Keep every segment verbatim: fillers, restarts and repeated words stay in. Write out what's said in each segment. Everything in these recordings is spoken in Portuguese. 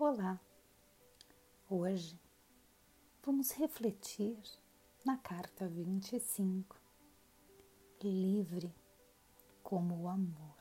Olá! Hoje vamos refletir na carta vinte e cinco, livre como o amor.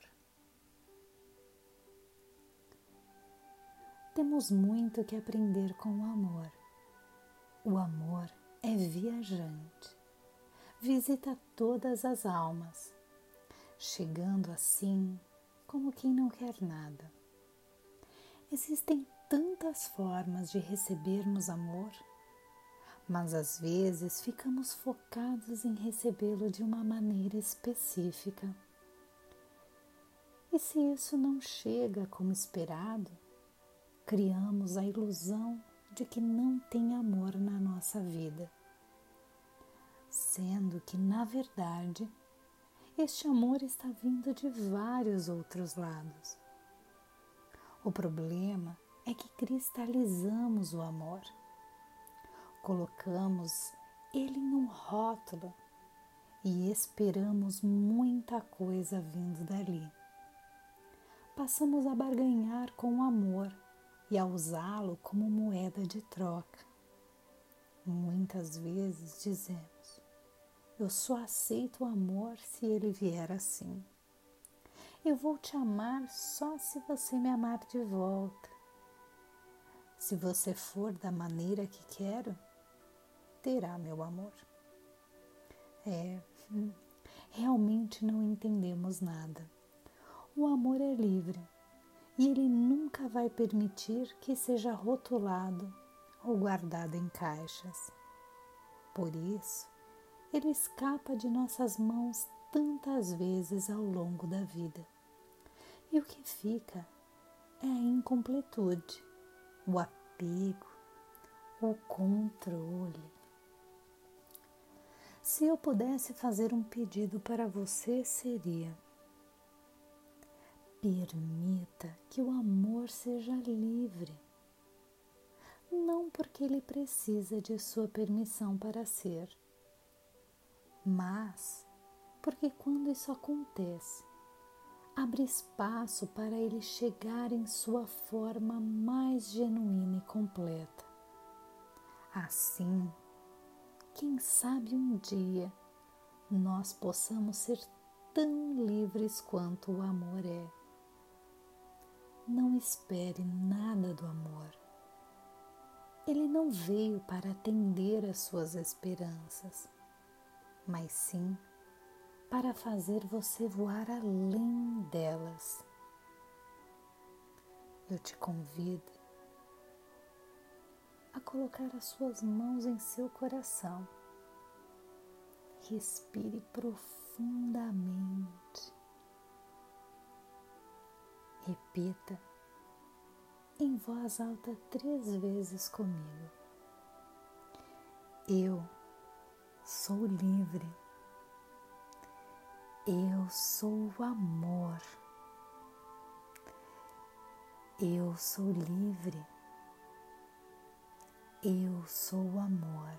Temos muito que aprender com o amor. O amor é viajante, visita todas as almas, chegando assim como quem não quer nada. Existem tantas formas de recebermos amor, mas às vezes ficamos focados em recebê-lo de uma maneira específica. E se isso não chega como esperado, criamos a ilusão de que não tem amor na nossa vida, sendo que, na verdade, este amor está vindo de vários outros lados. O problema é que cristalizamos o amor, colocamos ele em um rótulo e esperamos muita coisa vindo dali. Passamos a barganhar com o amor e a usá-lo como moeda de troca. Muitas vezes dizemos: eu só aceito o amor se ele vier assim. Eu vou te amar só se você me amar de volta. Se você for da maneira que quero, terá meu amor. É, realmente não entendemos nada. O amor é livre e ele nunca vai permitir que seja rotulado ou guardado em caixas. Por isso, ele escapa de nossas mãos tantas vezes ao longo da vida. E o que fica é a incompletude, o apego, o controle. Se eu pudesse fazer um pedido para você, seria: permita que o amor seja livre. Não porque ele precisa de sua permissão para ser, mas porque quando isso acontece, abre espaço para ele chegar em sua forma mais genuína e completa. Assim, quem sabe um dia nós possamos ser tão livres quanto o amor é. Não espere nada do amor. Ele não veio para atender às suas esperanças, mas sim para fazer você voar além delas. Eu te convido a colocar as suas mãos em seu coração. Respire profundamente. Repita em voz alta três vezes comigo: eu sou livre. Eu sou o amor. Eu sou livre. Eu sou o amor.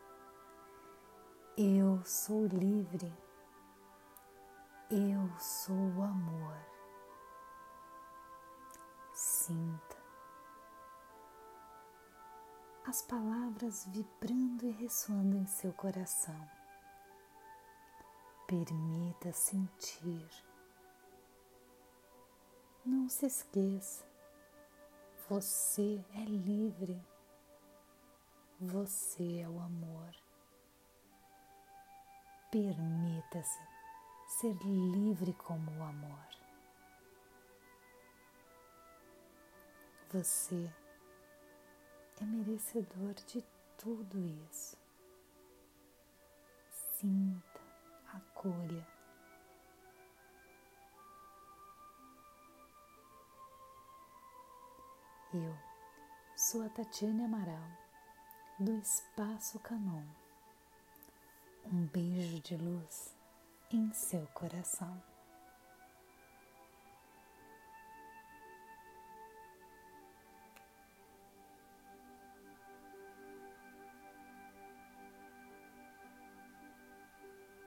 Eu sou livre. Eu sou o amor. Sinta as palavras vibrando e ressoando em seu coração. Permita sentir. Não se esqueça, você é livre. Você é o amor. Permita-se ser livre como o amor. Você é merecedor de tudo isso. Sinta, acolha. Eu sou a Tatiane Amaral, do Espaço Canon. Um beijo de luz em seu coração.